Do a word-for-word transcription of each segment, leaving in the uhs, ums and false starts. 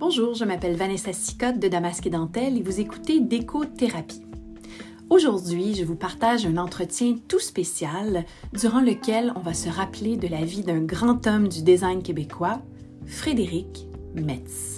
Bonjour, je m'appelle Vanessa Sicotte de Damasque et Dentelle et vous écoutez Déco-thérapie. Aujourd'hui, je vous partage un entretien tout spécial durant lequel on va se rappeler de la vie d'un grand homme du design québécois, Frédéric Metz.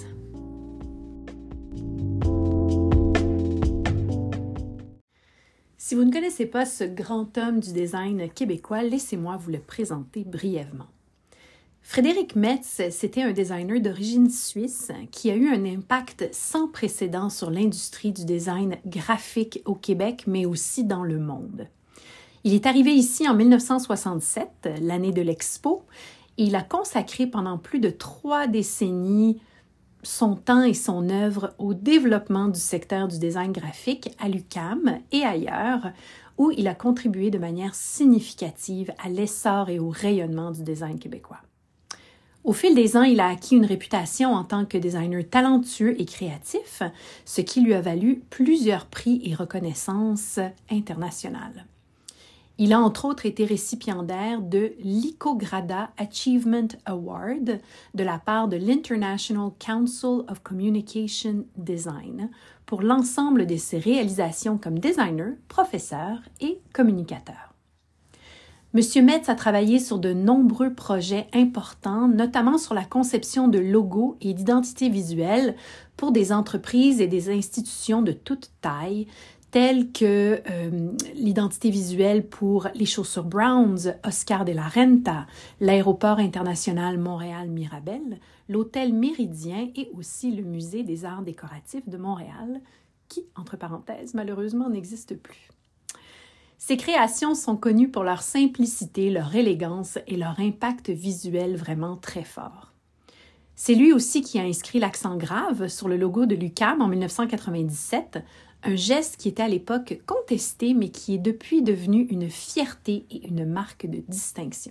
Si vous ne connaissez pas ce grand homme du design québécois, laissez-moi vous le présenter brièvement. Frédéric Metz, c'était un designer d'origine suisse qui a eu un impact sans précédent sur l'industrie du design graphique au Québec, mais aussi dans le monde. Il est arrivé ici en mille neuf cent soixante-sept, l'année de l'Expo, et il a consacré pendant plus de trois décennies son temps et son œuvre au développement du secteur du design graphique à l'U Q A M et ailleurs, où il a contribué de manière significative à l'essor et au rayonnement du design québécois. Au fil des ans, il a acquis une réputation en tant que designer talentueux et créatif, ce qui lui a valu plusieurs prix et reconnaissances internationales. Il a entre autres été récipiendaire de l'ICOGRADA Achievement Award de la part de l'International Council of Communication Design pour l'ensemble de ses réalisations comme designer, professeur et communicateur. Monsieur Metz a travaillé sur de nombreux projets importants, notamment sur la conception de logos et d'identité visuelle pour des entreprises et des institutions de toute taille, telles que euh, l'identité visuelle pour les chaussures Browns, Oscar de la Renta, l'aéroport international Montréal-Mirabel, l'hôtel Méridien et aussi le musée des arts décoratifs de Montréal, qui, entre parenthèses, malheureusement n'existe plus. Ces créations sont connues pour leur simplicité, leur élégance et leur impact visuel vraiment très fort. C'est lui aussi qui a inscrit l'accent grave sur le logo de l'U Q A M en mille neuf cent quatre-vingt-dix-sept, un geste qui était à l'époque contesté mais qui est depuis devenu une fierté et une marque de distinction.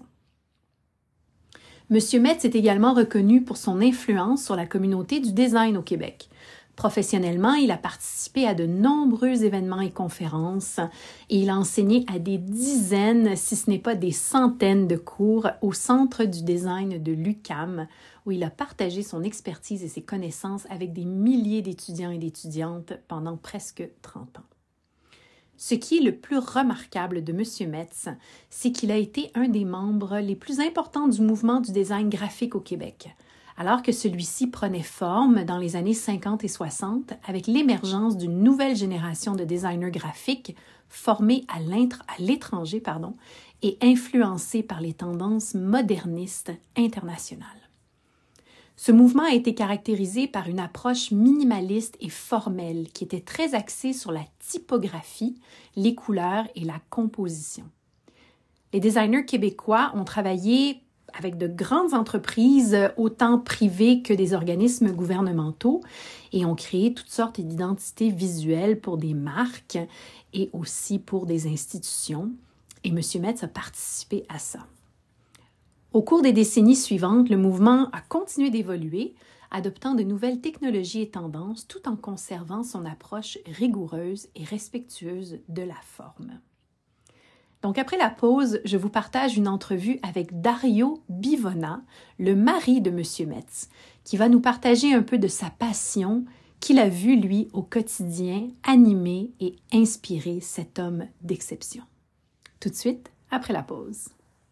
Monsieur Metz est également reconnu pour son influence sur la communauté du design au Québec. Professionnellement, il a participé à de nombreux événements et conférences et il a enseigné à des dizaines, si ce n'est pas des centaines de cours au Centre du design de l'U Q A M, où il a partagé son expertise et ses connaissances avec des milliers d'étudiants et d'étudiantes pendant presque trente ans. Ce qui est le plus remarquable de Monsieur Metz, c'est qu'il a été un des membres les plus importants du mouvement du design graphique au Québec, alors que celui-ci prenait forme dans les années cinquante et soixante avec l'émergence d'une nouvelle génération de designers graphiques formés à l'étranger pardon, et influencés par les tendances modernistes internationales. Ce mouvement a été caractérisé par une approche minimaliste et formelle qui était très axée sur la typographie, les couleurs et la composition. Les designers québécois ont travaillé avec de grandes entreprises, autant privées que des organismes gouvernementaux, et ont créé toutes sortes d'identités visuelles pour des marques et aussi pour des institutions. Et M. Metz a participé à ça. Au cours des décennies suivantes, le mouvement a continué d'évoluer, adoptant de nouvelles technologies et tendances tout en conservant son approche rigoureuse et respectueuse de la forme. Donc, après la pause, je vous partage une entrevue avec Dario Bivona, le mari de M. Metz, qui va nous partager un peu de sa passion qu'il a vu, lui, au quotidien, animer et inspirer cet homme d'exception. Tout de suite, après la pause.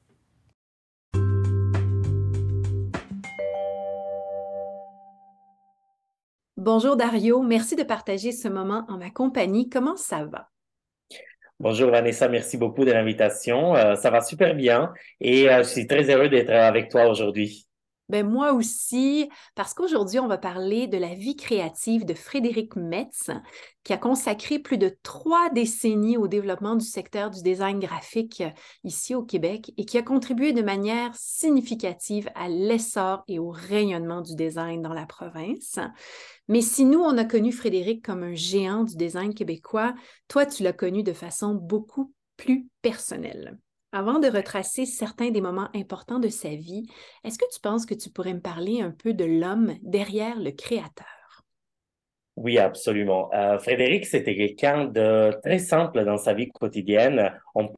Bonjour Dario, merci de partager ce moment en ma compagnie. Comment ça va? Bonjour Vanessa, merci beaucoup de l'invitation. Euh, ça va super bien et euh, je suis très heureux d'être avec toi aujourd'hui. Ben moi aussi, parce qu'aujourd'hui, on va parler de la vie créative de Frédéric Metz, qui a consacré plus de trois décennies au développement du secteur du design graphique ici au Québec et qui a contribué de manière significative à l'essor et au rayonnement du design dans la province. Mais si nous, on a connu Frédéric comme un géant du design québécois, toi, tu l'as connu de façon beaucoup plus personnelle. Avant de retracer certains des moments importants de sa vie, est-ce que tu penses que tu pourrais me parler un peu de l'homme derrière le créateur? Oui, absolument. Euh, Frédéric, c'était quelqu'un de très simple dans sa vie quotidienne. On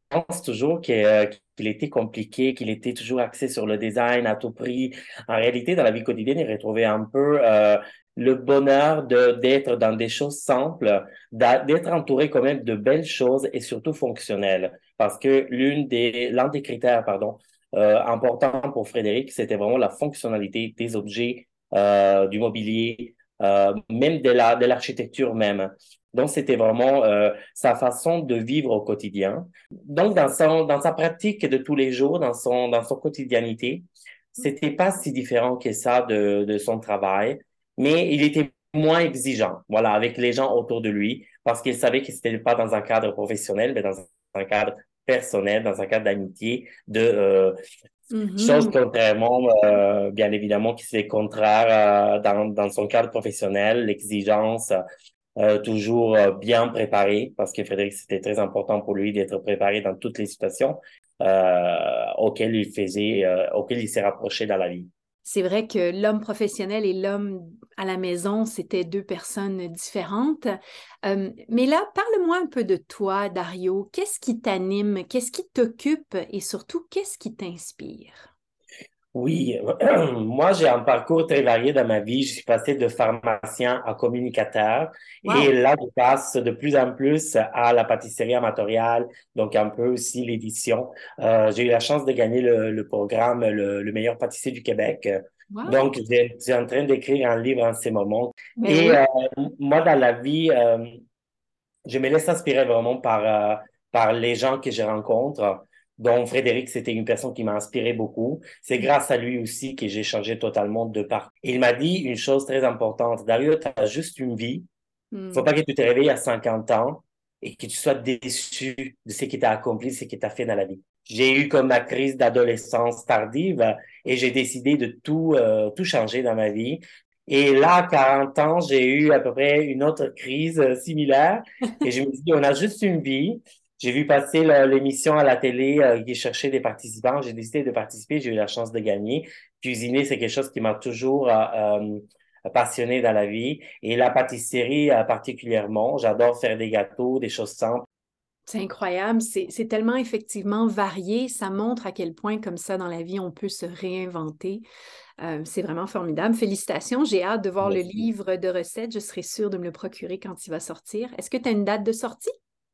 pense toujours que, euh, qu'il était compliqué, qu'il était toujours axé sur le design à tout prix. En réalité, dans la vie quotidienne, il retrouvait un peu euh, le bonheur de d'être dans des choses simples, d'a- d'être entouré quand même de belles choses et surtout fonctionnelles. Parce que l'une des, l'un des critères, pardon, euh, importants pour Frédéric, c'était vraiment la fonctionnalité des objets, euh, du mobilier, euh, même de la, de l'architecture même. Donc, c'était vraiment euh, sa façon de vivre au quotidien. Donc, dans son, dans sa pratique de tous les jours, dans son, dans son quotidianité, c'était pas si différent que ça de, de son travail, mais il était moins exigeant, voilà, avec les gens autour de lui, parce qu'il savait que c'était pas dans un cadre professionnel, mais dans un cadre personnel, dans un cadre d'amitié, de euh, choses Mhm. contrairement, euh, bien évidemment, qui c'est contraire euh, dans, dans son cadre professionnel, l'exigence euh, toujours euh, bien préparé, parce que Frédéric, c'était très important pour lui d'être préparé dans toutes les situations euh, auxquelles il faisait, euh, auxquelles il s'est rapproché dans la vie. C'est vrai que l'homme professionnel et l'homme à la maison, c'était deux personnes différentes. Euh, mais là, parle-moi un peu de toi, Dario. Qu'est-ce qui t'anime? Qu'est-ce qui t'occupe? Et surtout, qu'est-ce qui t'inspire? Oui, moi j'ai un parcours très varié dans ma vie. Je suis passé de pharmacien à communicateur et Wow! là je passe de plus en plus à la pâtisserie amatoriale, donc un peu aussi l'édition. Euh, j'ai eu la chance de gagner le, le programme le, le meilleur pâtissier du Québec. Wow! Donc j'ai- je suis en train d'écrire un livre en ces moments. Ben Et oui. euh, moi dans la vie, euh, je me laisse inspirer vraiment par, euh, par les gens que je rencontre. Donc, Frédéric, c'était une personne qui m'a inspiré beaucoup. C'est grâce à lui aussi que j'ai changé totalement de part. Il m'a dit une chose très importante. Dario, tu as juste une vie. Faut Hmm. pas que tu te réveilles à cinquante ans et que tu sois déçu de ce que tu as accompli, de ce que tu as fait dans la vie. J'ai eu comme ma crise d'adolescence tardive et j'ai décidé de tout, euh, tout changer dans ma vie. Et là, à quarante ans, j'ai eu à peu près une autre crise euh, similaire et je me dis, on a juste une vie. J'ai vu passer la- l'émission à la télé euh, qui cherchait des participants. J'ai décidé de participer. J'ai eu la chance de gagner. Cuisiner, c'est quelque chose qui m'a toujours euh, euh, passionné dans la vie. Et la pâtisserie euh, particulièrement. J'adore faire des gâteaux, des choses simples. C'est incroyable, c'est c'est tellement effectivement varié, ça montre à quel point comme ça dans la vie on peut se réinventer. Euh, c'est vraiment formidable. Félicitations, j'ai hâte de voir le Merci. livre de recettes, je serai sûre de me le procurer quand il va sortir. Est-ce que tu as une date de sortie?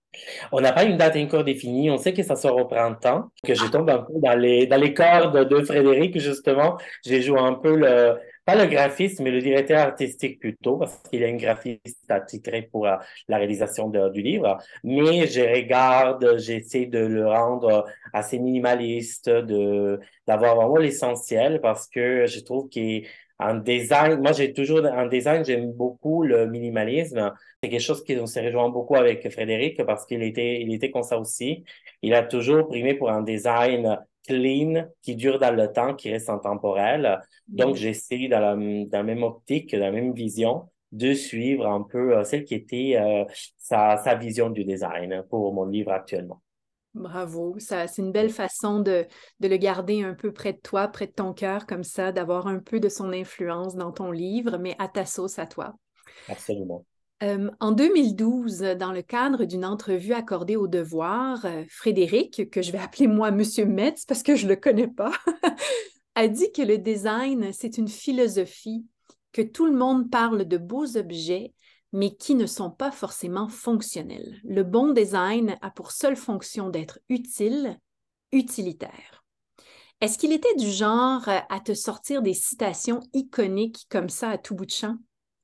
On n'a pas une date encore définie. On sait que ça sort au printemps, que je tombe un peu dans les, dans les cordes de Frédéric, justement. J'ai joué un peu le, pas le graphiste, mais le directeur artistique plutôt, parce qu'il y a une graphiste attitrée pour euh, la réalisation de- du livre. Mais je regarde, j'essaie de le rendre assez minimaliste, de, d'avoir vraiment l'essentiel, parce que je trouve qu'en design, moi j'ai toujours, en design, j'aime beaucoup le minimalisme. C'est quelque chose qui on se rejoint beaucoup avec Frédéric parce qu'il était, il était comme ça aussi. Il a toujours primé pour un design clean, qui dure dans le temps, qui reste intemporel. Donc, Mhm. j'essaie dans la, dans la même optique, dans la même vision, de suivre un peu euh, celle qui était euh, sa, sa vision du design pour mon livre actuellement. Bravo, ça, c'est une belle façon de, de le garder un peu près de toi, près de ton cœur, comme ça, d'avoir un peu de son influence dans ton livre, mais à ta sauce à toi. Absolument. Euh, en deux mille douze, dans le cadre d'une entrevue accordée au Devoir, euh, Frédéric, que je vais appeler moi Monsieur Metz parce que je ne le connais pas, a dit que le design, c'est une philosophie, que tout le monde parle de beaux objets, mais qui ne sont pas forcément fonctionnels. Le bon design a pour seule fonction d'être utile, utilitaire. Est-ce qu'il était du genre à te sortir des citations iconiques comme ça à tout bout de champ?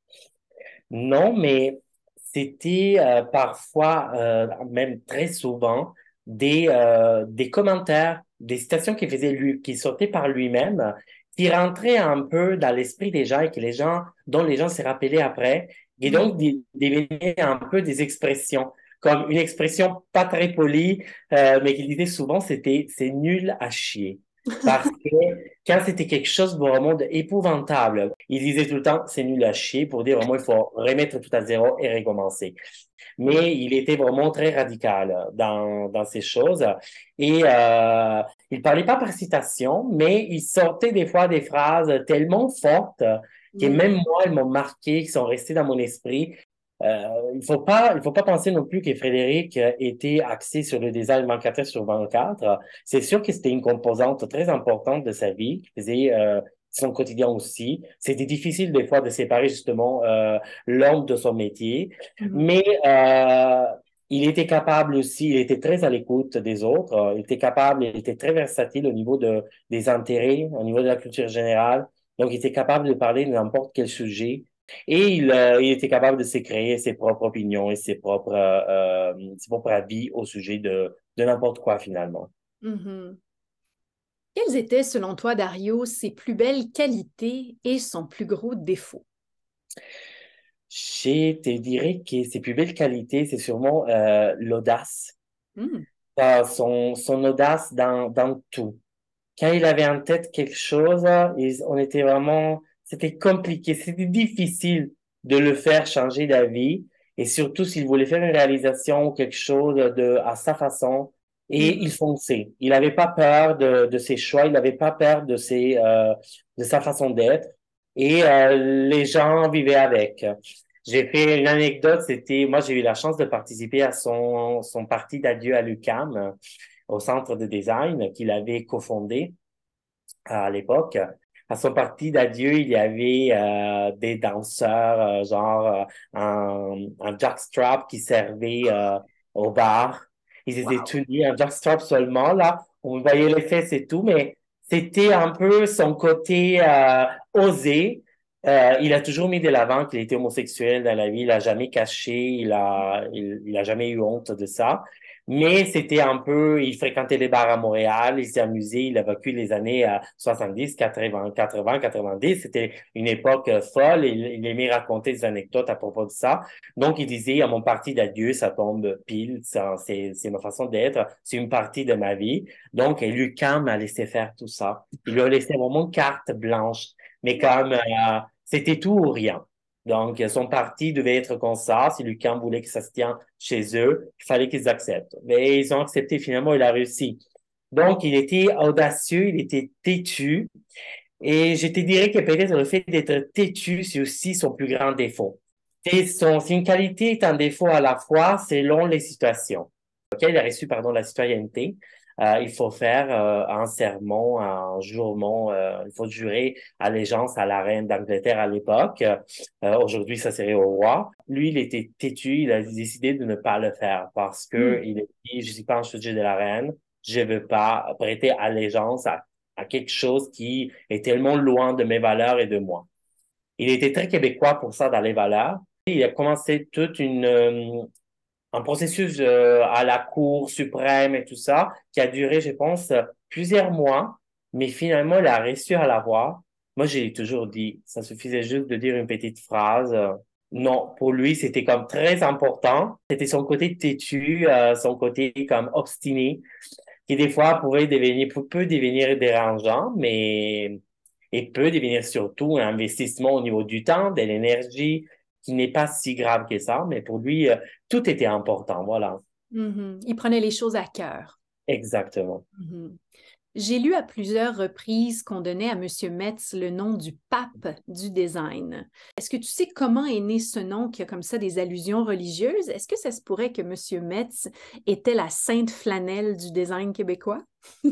Non, mais c'était euh, parfois, euh, même très souvent, des, euh, des commentaires, des citations qu'il faisait lui, qui sortaient par lui-même, qui rentraient un peu dans l'esprit des gens et que les gens, dont les gens se rappelaient après, et Mm. donc des- devenaient un peu des expressions, comme une expression pas très polie, euh, mais qu'il disait souvent, c'était c'est nul à chier. Parce que quand c'était quelque chose vraiment d'épouvantable, il disait tout le temps, c'est nul à chier pour dire vraiment, il faut remettre tout à zéro et recommencer. Mais il était vraiment très radical dans, dans ces choses. Et euh, il parlait pas par citation, mais il sortait des fois des phrases tellement fortes que Mm. même moi, elles m'ont marqué, qui sont restées dans mon esprit. euh, il faut pas, il faut pas penser non plus que Frédéric euh, était axé sur le design vingt-quatre heures sur vingt-quatre. C'est sûr que c'était une composante très importante de sa vie, qui faisait euh, son quotidien aussi. C'était difficile des fois de séparer justement euh, l'homme de son métier, Mhm. mais euh, il était capable aussi, il était très à l'écoute des autres, euh, il était capable, il était très versatile au niveau de, des intérêts, au niveau de la culture générale. Donc, il était capable de parler de n'importe quel sujet. Et il, euh, il était capable de se créer ses propres opinions et ses propres, euh, euh, ses propres avis au sujet de, de n'importe quoi finalement. Mhm. Quelles étaient, selon toi, Dario, ses plus belles qualités et son plus gros défaut? Je te dirais que ses plus belles qualités, c'est sûrement euh, l'audace. Hmm. Euh, son, son audace dans, dans tout. Quand il avait en tête quelque chose, il- on était vraiment, c'était compliqué, c'était difficile de le faire changer d'avis. Et surtout s'il voulait faire une réalisation ou quelque chose de, à sa façon. Et il Mhm. fonçait. Il n'avait pas peur de, de ses choix, il n'avait pas peur de ses, euh, de sa façon d'être. Et euh, les gens vivaient avec. J'ai fait une anecdote, c'était, moi j'ai eu la chance de participer à son, son parti d'adieu à l'U Q A M, au centre de design qu'il avait cofondé à l'époque. À son parti d'adieu, il y avait euh, des danseurs, euh, genre euh, un, un jockstrap qui servait euh, au bar. Ils étaient Wow. tous nus, un jockstrap seulement, là. On voyait les fesses et tout, mais c'était un peu son côté euh, osé. Euh, il a toujours mis de l'avant qu'il était homosexuel dans la vie. Il a jamais caché, il a, il, il a jamais eu honte de ça. Mais c'était un peu, il fréquentait les bars à Montréal, il s'est amusé, il a vécu les années euh, soixante-dix, quatre-vingts, quatre-vingts, quatre-vingt-dix. C'était une époque euh, folle. Il, il aimait raconter des anecdotes à propos de ça. Donc, il disait, à mon parti d'adieu, ça tombe pile, ça, c'est, c'est ma façon d'être, c'est une partie de ma vie. Donc, Lucas m'a laissé faire tout ça. Il lui a laissé vraiment carte blanche. Mais comme euh, c'était tout ou rien. Donc, son parti devait être comme ça. Si Lucas voulait que ça se tienne chez eux, il fallait qu'ils acceptent. Mais ils ont accepté finalement, il a réussi. Donc, il était audacieux, il était têtu. Et je te dirais que peut-être le fait d'être têtu, c'est aussi son plus grand défaut. C'est son, c'est une qualité et un défaut à la fois selon les situations. Ok, il a reçu, pardon, la citoyenneté. Euh, il faut faire euh, un serment, un jurement. Euh, il faut jurer allégeance à la reine d'Angleterre à l'époque. Euh, aujourd'hui, ça serait au roi. Lui, il était têtu. Il a décidé de ne pas le faire parce que Hmm. il a dit, je suis pas un sujet de la reine. Je veux pas prêter allégeance à, à quelque chose qui est tellement loin de mes valeurs et de moi. Il était très québécois pour ça dans les valeurs. Il a commencé toute une, euh, un processus euh, à la Cour suprême et tout ça, qui a duré, je pense, plusieurs mois, mais finalement, il a réussi à l'avoir. Moi, j'ai toujours dit, ça suffisait juste de dire une petite phrase. Euh, Non, pour lui, c'était comme très important. C'était son côté têtu, euh, son côté comme obstiné, qui des fois pouvait devenir, peut peut devenir dérangeant, mais et peut devenir surtout un investissement au niveau du temps, de l'énergie, qui n'est pas si grave que ça, mais pour lui, euh, tout était important, voilà. Mhm. Il prenait les choses à cœur. Exactement. Mhm. J'ai lu à plusieurs reprises qu'on donnait à Monsieur Metz le nom du pape du design. Est-ce que tu sais comment est né ce nom qui a comme ça des allusions religieuses? Est-ce que ça se pourrait que Monsieur Metz était la sainte flanelle du design québécois?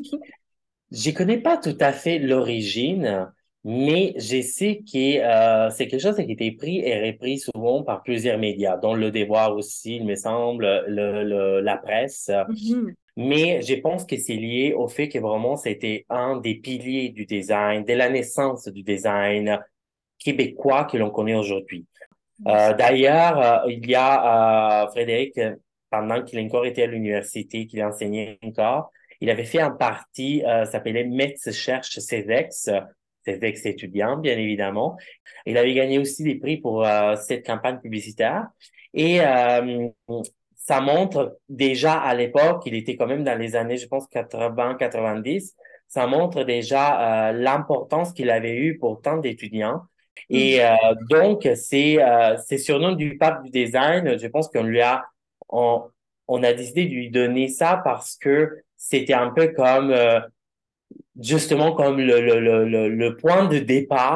Je connais pas tout à fait l'origine, mais je sais que euh, c'est quelque chose qui a été pris et repris souvent par plusieurs médias, dont Le Devoir aussi, il me semble, le, le- la presse. Mhm. Mais je pense que c'est lié au fait que vraiment c'était un des piliers du design, de la naissance du design québécois que l'on connaît aujourd'hui. Euh, d'ailleurs, euh, il y a euh, Frédéric, euh, pendant qu'il a encore été à l'université, qu'il enseignait encore, il avait fait un parti, euh, s'appelait Metz cherche ses ex, euh, ses ex étudiants, bien évidemment. Il avait gagné aussi des prix pour euh, cette campagne publicitaire. Et euh, ça montre déjà à l'époque, il était quand même dans les années, je pense, quatre-vingts, quatre-vingt-dix, ça montre déjà euh, l'importance qu'il avait eu pour tant d'étudiants. Mhm. Et euh, donc, c'est euh, c'est surnom du pape du design. Je pense qu'on lui a on, on a décidé de lui donner ça parce que c'était un peu comme euh, justement comme le, le, le, le, le point de départ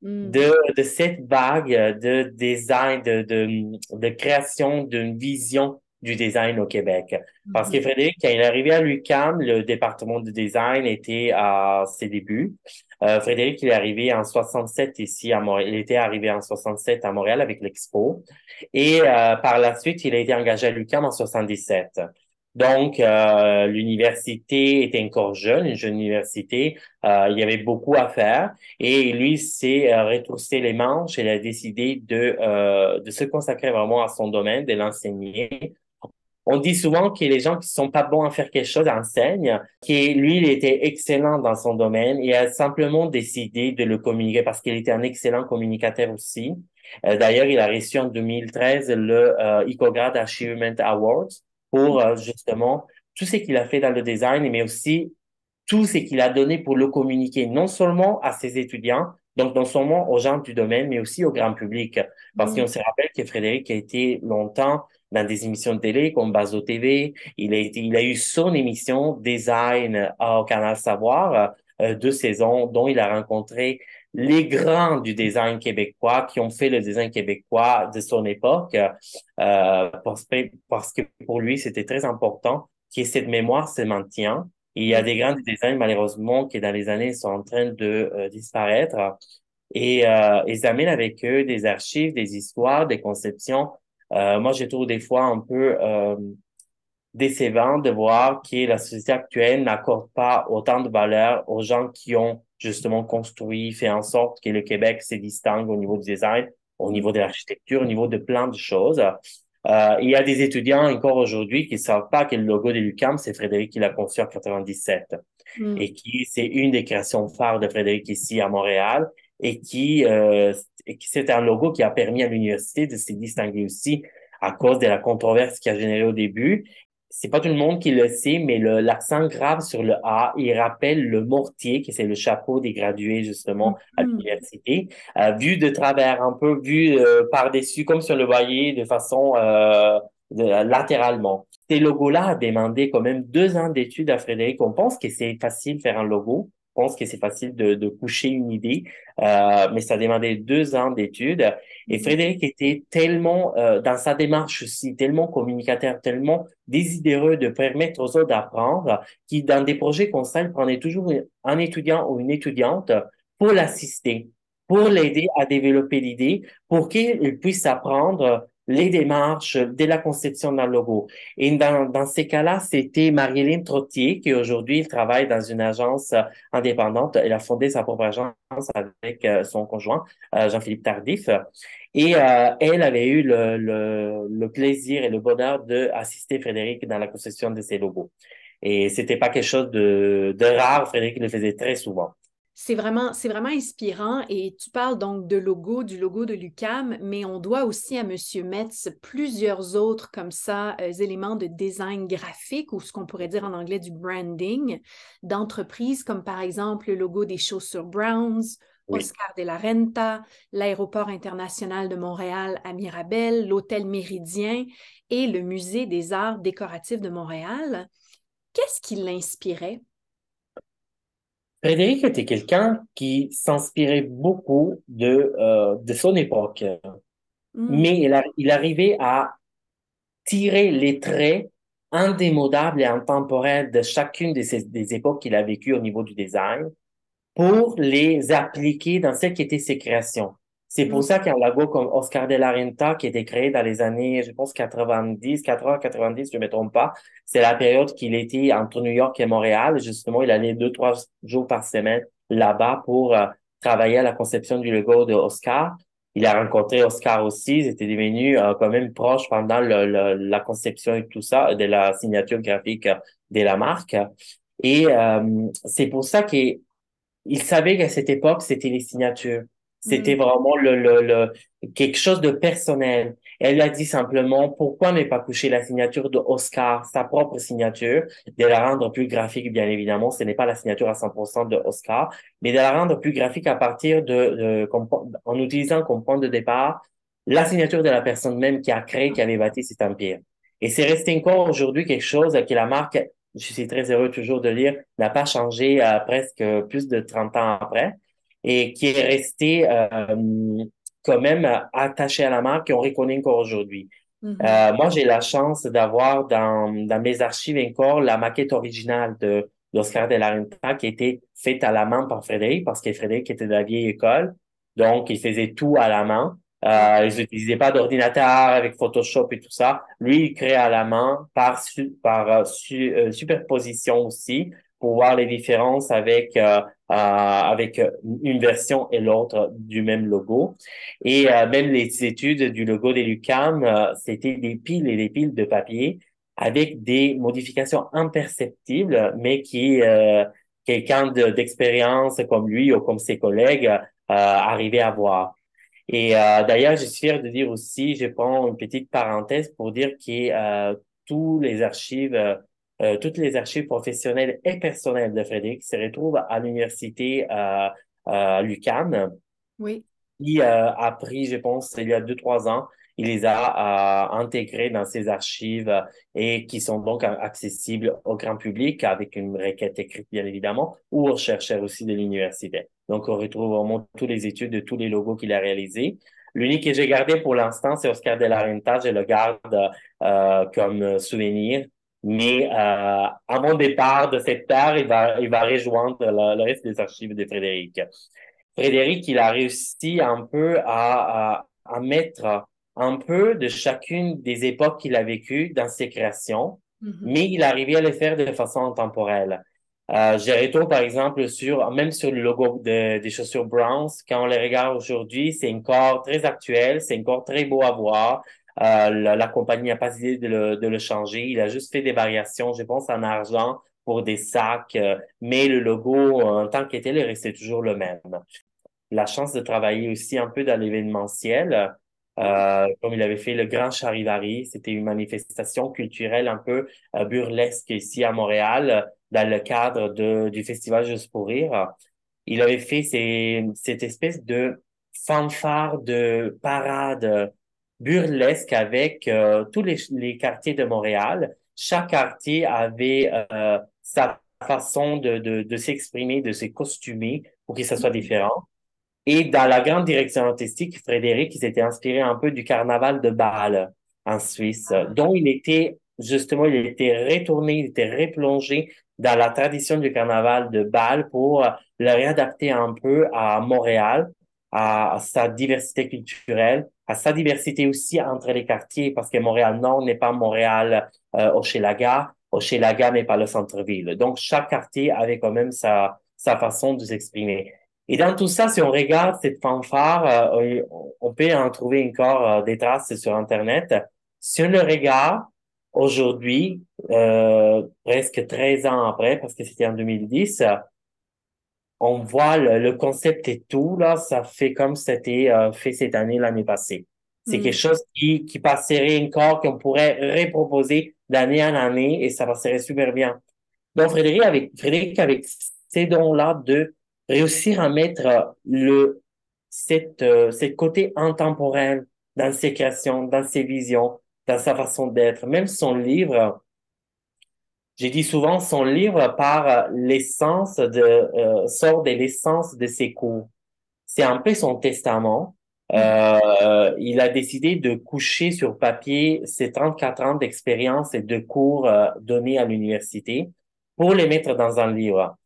Mm. de, de cette vague de design, de, de, de création d'une vision du design au Québec. Parce que Mhm. Frédéric, quand il est arrivé à l'U Q A M, le département de design était à ses débuts. Euh, Frédéric, il est arrivé en soixante-sept ici à Montréal. Il était arrivé en soixante-sept à Montréal avec l'Expo. Et euh, par la suite, il a été engagé à l'U Q A M en soixante-dix-sept. Donc, euh, l'université était encore jeune, une jeune université. Euh, il y avait beaucoup à faire. Et lui s'est euh, retroussé les manches et il a décidé de, euh, de se consacrer vraiment à son domaine, de l'enseigner. On dit souvent que les gens qui sont pas bons à faire quelque chose enseignent, que lui, il était excellent dans son domaine et a simplement décidé de le communiquer parce qu'il était un excellent communicateur aussi. Euh, d'ailleurs, il a reçu en deux mille treize le euh, EcoGrad Achievement Awards pour euh, justement tout ce qu'il a fait dans le design, mais aussi tout ce qu'il a donné pour le communiquer, non seulement à ses étudiants, donc non seulement aux gens du domaine, mais aussi au grand public. Parce Mm. qu'on se rappelle que Frédéric a été longtemps dans des émissions de télé comme Bazo T V. Il a été, il a eu son émission Design au Canal Savoir, euh, deux saisons, dont il a rencontré les grands du design québécois qui ont fait le design québécois de son époque, euh, parce, parce que pour lui, c'était très important que cette mémoire se maintienne. Il y a Mm. des grands designs, malheureusement, qui dans les années sont en train de euh, disparaître. Et euh, ils amènent avec eux des archives, des histoires, des conceptions. Euh, moi, je trouve des fois un peu euh, décevant de voir que la société actuelle n'accorde pas autant de valeur aux gens qui ont justement construit, fait en sorte que le Québec se distingue au niveau du design, au niveau de l'architecture, au niveau de plein de choses. Euh, il y a des étudiants encore aujourd'hui qui ne savent pas que le logo de l'U Q A M, c'est Frédéric qui l'a conçu en quatre-vingt-dix-sept Mm. et qui c'est une des créations phares de Frédéric ici à Montréal et qui, euh, et qui c'est un logo qui a permis à l'université de se distinguer aussi à cause de la controverse qui a généré au début. C'est pas tout le monde qui le sait, mais le, l'accent grave sur le A, il rappelle le mortier, qui c'est le chapeau des gradués justement à Mm. l'université, euh, vu de travers, un peu vu euh, par-dessus, comme si on le voyait de façon euh, de, latéralement. Ces logos-là a demandé quand même deux ans d'études à Frédéric. On pense que c'est facile de faire un logo. On pense que c'est facile de, de coucher une idée, euh, mais ça a demandé deux ans d'études. Et Mm. Frédéric était tellement, euh, dans sa démarche aussi, tellement communicateur, tellement désireux de permettre aux autres d'apprendre, qui, dans des projets comme ça, il prenait toujours un étudiant ou une étudiante pour l'assister, pour l'aider à développer l'idée, pour qu'il puisse apprendre les démarches dès la conception d'un logo. Et dans, dans ces cas-là, c'était Marie-Hélène Trottier, qui aujourd'hui il travaille dans une agence indépendante. Elle a fondé sa propre agence avec euh, son conjoint, euh, Jean-Philippe Tardif. Et euh, elle avait eu le, le, le plaisir et le bonheur d'assister Frédéric dans la conception de ses logos. Et c'était pas quelque chose de, de rare. Frédéric le faisait très souvent. C'est vraiment, c'est vraiment inspirant et tu parles donc de logo, du logo de l'U Q A M, mais on doit aussi à Monsieur Metz plusieurs autres comme ça euh, éléments de design graphique ou ce qu'on pourrait dire en anglais du branding d'entreprises comme par exemple le logo des chaussures Browns, Oui. Oscar de la Renta, l'aéroport international de Montréal à Mirabel, l'hôtel Méridien et le musée des arts décoratifs de Montréal. Qu'est-ce qui l'inspirait? Frédéric était quelqu'un qui s'inspirait beaucoup de, euh, de son époque, Hmm. mais il, a, il arrivait à tirer les traits indémodables et intemporels de chacune de ces, des époques qu'il a vécues au niveau du design pour les appliquer dans celles qui étaient ses créations. C'est pour Hmm. ça qu'un logo comme Oscar de la Renta, qui était créé dans les années, je pense, quatre-vingt-dix, quatre-vingts, quatre-vingt-dix, je ne me trompe pas, c'est la période qu'il était entre New York et Montréal. Justement, il allait deux, trois jours par semaine là-bas pour euh, travailler à la conception du logo de Oscar. Il a rencontré Oscar aussi. Ils étaient devenus euh, quand même proches pendant le, le- la conception et tout ça, de la signature graphique de la marque. Et euh, c'est pour ça que il savait qu'à cette époque, c'était les signatures. C'était Hmm. vraiment le, le, le, quelque chose de personnel. Elle a dit simplement, pourquoi ne pas coucher la signature de Oscar, sa propre signature, de la rendre plus graphique, bien évidemment. Ce n'est pas la signature à cent pour cent de Oscar, mais de la rendre plus graphique à partir de, de comme- en utilisant comme point de départ la signature de la personne même qui a créé, qui avait bâti cet empire. Et c'est resté encore aujourd'hui quelque chose que la marque, je suis très heureux toujours de lire, n'a pas changé euh, presque plus de trente ans après. et qui est resté euh, quand même attaché à la marque et on reconnaît encore aujourd'hui. Mhm. Euh, moi, j'ai la chance d'avoir dans, dans mes archives encore la maquette originale de d'Oscar de la Renta qui a été faite à la main par Frédéric parce que Frédéric était de la vieille école. Donc, il faisait tout à la main. Ouais. Euh, ils n'utilisaient pas d'ordinateur avec Photoshop et tout ça. Lui, il crée à la main par, su- par euh, su- euh, superposition aussi pour voir les différences avec, euh, euh, avec une version et l'autre du même logo. Et euh, même les études du logo des Lucam, euh, c'était des piles et des piles de papier avec des modifications imperceptibles, mais qui euh, quelqu'un de- d'expérience comme lui ou comme ses collègues euh, arrivait à voir. Et euh, d'ailleurs, je suis fier de dire aussi, je prends une petite parenthèse pour dire que euh, tous les archives, euh, euh, toutes les archives professionnelles et personnelles de Frédéric se retrouvent à l'université euh, euh, Lucam Oui. qui euh, a pris, je pense, il y a deux, trois ans, il les a euh, intégrés dans ses archives euh, et qui sont donc euh, accessibles au grand public avec une requête écrite, bien évidemment, ou aux chercheurs aussi de l'université. Donc, on retrouve vraiment toutes les études de tous les logos qu'il a réalisés. L'unique que j'ai gardé pour l'instant, c'est Oscar de la Renta. Je le garde euh, comme souvenir. Mais euh, à mon départ de cette terre, il va, il va rejoindre le, le reste des archives de Frédéric. Frédéric, il a réussi un peu à, à, à mettre un peu de chacune des époques qu'il a vécues dans ses créations, Mhm. mais il arrivait à le faire de façon intemporelle. Euh, j'ai retour, par exemple, sur, même sur le logo de- des chaussures Browns, quand on les regarde aujourd'hui, c'est encore très actuel, c'est encore très beau à voir. Euh, la, la compagnie n'a pas décidé de le, de le changer. Il a juste fait des variations, je pense, en argent pour des sacs, euh, mais le logo, en tant que tel, est resté toujours le même la chance de travailler aussi un peu dans l'événementiel, euh, comme il avait fait le Grand Charivari. C'était une manifestation culturelle un peu euh, burlesque ici à Montréal, dans le cadre de, du Festival Juste pour rire. Il avait fait ces, cette espèce de fanfare de parade burlesque avec euh, tous les, les quartiers de Montréal. Chaque quartier avait euh, sa façon de, de, de s'exprimer, de se costumer pour que ça soit différent. Et dans la grande direction artistique, Frédéric, il s'était inspiré un peu du carnaval de Bâle en Suisse, Ah, dont il était, justement, il était retourné, il était replongé dans la tradition du carnaval de Bâle pour le réadapter un peu à Montréal, à sa diversité culturelle, à sa diversité aussi entre les quartiers, parce que Montréal-Nord n'est pas Montréal euh, Hochelaga, Hochelaga n'est pas le centre-ville. Donc, chaque quartier avait quand même sa, sa façon de s'exprimer. Et dans tout ça, si on regarde cette fanfare, euh, on peut en trouver encore euh, des traces sur Internet. Si on le regarde aujourd'hui, euh, presque treize ans après, parce que c'était en deux mille dix, euh, on voit le, le concept et tout, là, ça fait comme c'était euh, fait cette année, l'année passée. C'est quelque hmm. chose qui, qui passerait encore, qu'on pourrait reproposer d'année en année et ça passerait super bien. Donc, Frédéric, avec, Frédéric, avec ces dons-là de réussir à mettre euh, le, cette, euh, cette côté intemporel dans ses créations, dans ses visions, dans sa façon d'être. Même son livre, j'ai dit souvent, son livre par l'essence de, euh, sort de l'essence de ses cours. C'est un peu son testament. Mhm. Euh, il a décidé de coucher sur papier ses trente-quatre ans d'expérience et de cours euh, donnés à l'université pour les mettre dans un livre.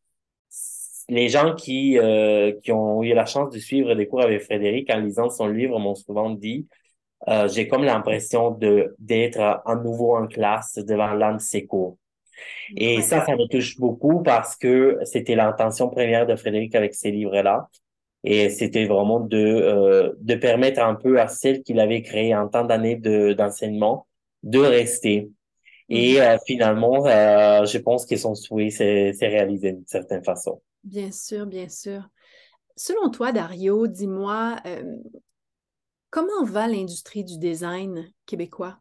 Les gens qui, euh, qui ont eu la chance de suivre des cours avec Frédéric en lisant son livre m'ont souvent dit, euh, j'ai comme l'impression de d'être à nouveau en classe devant l'un de ses cours. Et ça, Incroyable. ça me touche beaucoup parce que c'était l'intention première de Frédéric avec ces livres-là. Et c'était vraiment de, euh, de permettre un peu à celle qu'il avait créée en tant d'années de, d'enseignement de rester. Mhm. Et euh, finalement, euh, je pense que son souhait s'est s'est réalisé d'une certaine façon. Bien sûr, bien sûr. Selon toi, Dario, dis-moi, euh, comment va l'industrie du design québécois?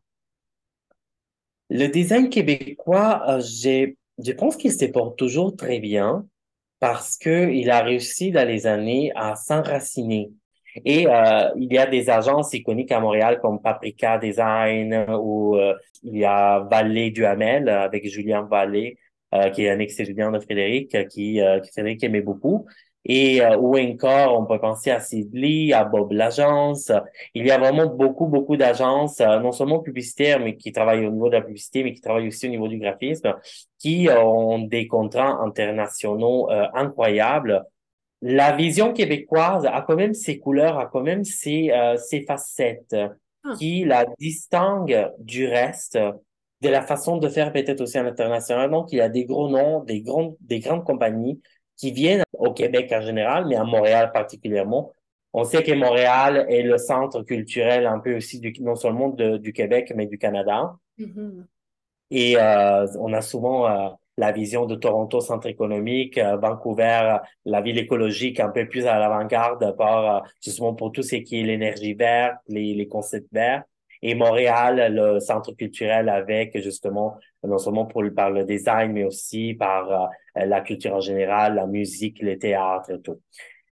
Le design québécois, euh, j'ai, je pense qu'il se porte toujours très bien parce que il a réussi dans les années à s'enraciner. Et euh, il y a des agences iconiques à Montréal comme Paprika Design ou euh, il y a Vallée Duhamel avec Julien Vallée, euh, qui est un ex-étudiant de Frédéric, euh, qui, euh, que Frédéric aimait beaucoup. Et euh, ou encore, on peut penser à Sidley, à Bob l'agence. Il y a vraiment beaucoup, beaucoup d'agences, euh, non seulement publicitaires, mais qui travaillent au niveau de la publicité, mais qui travaillent aussi au niveau du graphisme, qui euh, ont des contrats internationaux euh, incroyables. La vision québécoise a quand même ses couleurs, a quand même ses, euh, ses facettes Ah. qui la distinguent du reste de la façon de faire peut-être aussi à l'international. Donc, il y a des gros noms, des grandes, des grandes compagnies qui viennent au Québec en général, mais à Montréal particulièrement. On sait que Montréal est le centre culturel un peu aussi du, non seulement de- du Québec, mais du Canada. Mhm. Et euh, on a souvent euh, la vision de Toronto, centre économique, euh, Vancouver, euh, la ville écologique un peu plus à l'avant-garde par euh, justement pour tout ce qui est l'énergie verte, les, les concepts verts. Et Montréal, le centre culturel avec justement, non seulement pour le, par le design, mais aussi par euh, la culture en général, la musique, le théâtre et tout.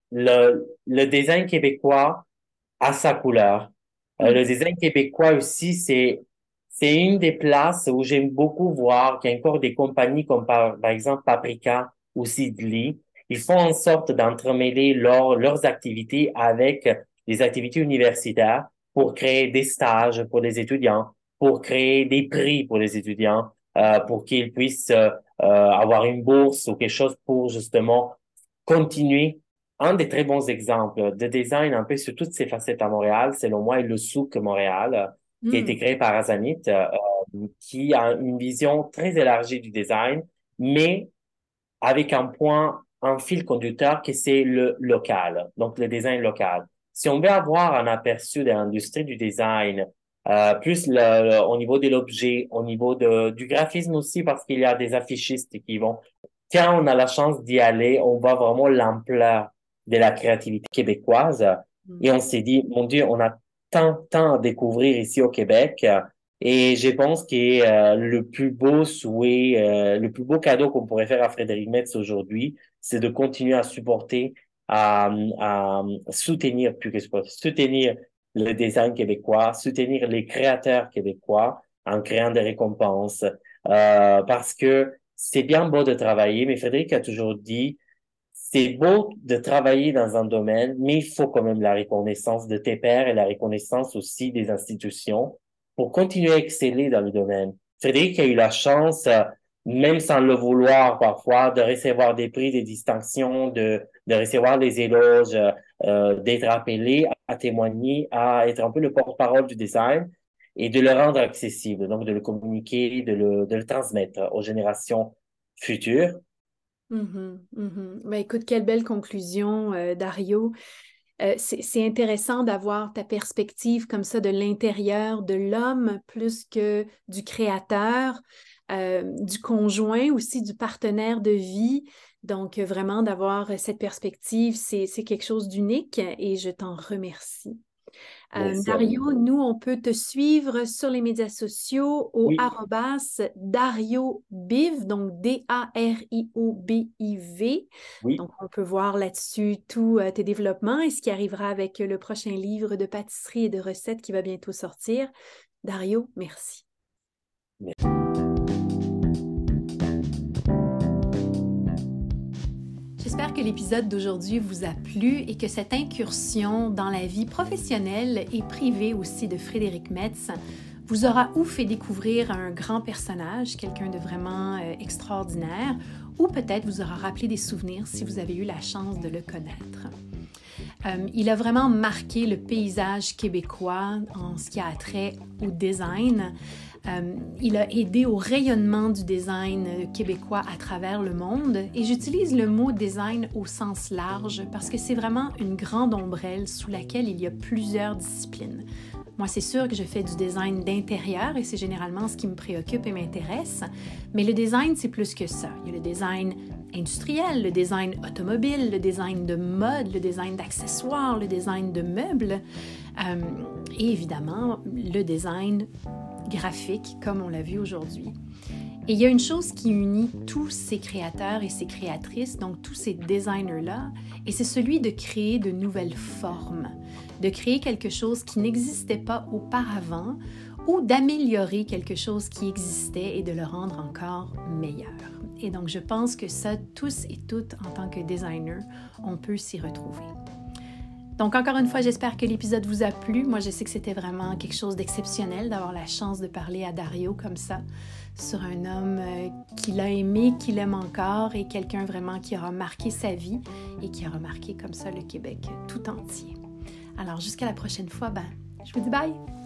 Le, le design québécois a sa couleur. Euh, Mhm. le design québécois aussi, c'est c'est une des places où j'aime beaucoup voir qu'il y a encore des compagnies comme par, par exemple Paprika ou Sidley. Ils font en sorte d'entremêler leur, leurs activités avec les activités universitaires pour créer des stages pour les étudiants, pour créer des prix pour les étudiants, euh, pour qu'ils puissent euh, euh, avoir une bourse ou quelque chose pour justement continuer. Un des très bons exemples de design un peu sur toutes ces facettes à Montréal, selon moi, est le Souk Montréal, euh, qui a été Mhm. créé par Azanit, euh, euh, qui a une vision très élargie du design, mais avec un point, un fil conducteur que c'est le local, donc le design local. Si on veut avoir un aperçu de l'industrie du design, euh, plus le, le- au niveau de l'objet, au niveau de, du graphisme aussi, parce qu'il y a des affichistes qui vont quand on a la chance d'y aller, on voit vraiment l'ampleur de la créativité québécoise. Et on s'est dit, mon Dieu, on a tant, tant à découvrir ici au Québec. Et je pense que euh, le plus beau souhait, euh, le plus beau cadeau qu'on pourrait faire à Frédéric Metz aujourd'hui, c'est de continuer à supporter, à, à soutenir, plus que supporter, soutenir le design québécois, soutenir les créateurs québécois en créant des récompenses. Euh, parce que c'est bien beau de travailler, mais Frédéric a toujours dit, c'est beau de travailler dans un domaine, mais il faut quand même la reconnaissance de tes pairs et la reconnaissance aussi des institutions pour continuer à exceller dans le domaine. Frédéric a eu la chance, euh, même sans le vouloir parfois, de recevoir des prix, des distinctions, de, de recevoir des éloges, euh, d'être appelé à témoigner, à être un peu le porte-parole du design et de le rendre accessible, donc de le communiquer, de le, de le transmettre aux générations futures. Mhm. Mhm. Ben, écoute, quelle belle conclusion, euh, Dario. Euh, c'est, c'est intéressant d'avoir ta perspective comme ça de l'intérieur de l'homme plus que du créateur, euh, du conjoint aussi, du partenaire de vie. Donc, euh, vraiment d'avoir cette perspective, c'est, c'est quelque chose d'unique et je t'en remercie. Euh, Merci à vous. Dario, nous, on peut te suivre sur les médias sociaux au Oui, arrobas Dario Biv, donc D A R I O B I V. oui. Donc, on peut voir là-dessus tous euh, tes développements et ce qui arrivera avec le prochain livre de pâtisserie et de recettes qui va bientôt sortir. Dario, merci. J'espère que l'épisode d'aujourd'hui vous a plu et que cette incursion dans la vie professionnelle et privée aussi de Frédéric Metz vous aura ou fait découvrir un grand personnage, quelqu'un de vraiment euh, extraordinaire, ou peut-être vous aura rappelé des souvenirs si vous avez eu la chance de le connaître. Euh, il a vraiment marqué le paysage québécois en ce qui a trait au design. Euh, il a aidé au rayonnement du design québécois à travers le monde et j'utilise le mot design au sens large parce que c'est vraiment une grande ombrelle sous laquelle il y a plusieurs disciplines. Moi, c'est sûr que je fais du design d'intérieur et c'est généralement ce qui me préoccupe et m'intéresse, mais le design, c'est plus que ça. Il y a le design industriel, le design automobile, le design de mode, le design d'accessoires, le design de meubles euh, et évidemment le design graphique comme on l'a vu aujourd'hui. Et il y a une chose qui unit tous ces créateurs et ces créatrices, donc tous ces designers-là, et c'est celui de créer de nouvelles formes, de créer quelque chose qui n'existait pas auparavant ou d'améliorer quelque chose qui existait et de le rendre encore meilleur. Et donc, je pense que ça, tous et toutes, en tant que designer, on peut s'y retrouver. Donc, encore une fois, j'espère que l'épisode vous a plu. Moi, je sais que c'était vraiment quelque chose d'exceptionnel d'avoir la chance de parler à Dario comme ça, sur un homme euh, qu'il a aimé, qu'il aime encore et quelqu'un vraiment qui aura marqué sa vie et qui aura marqué comme ça le Québec tout entier. Alors, jusqu'à la prochaine fois, ben, je vous dis bye!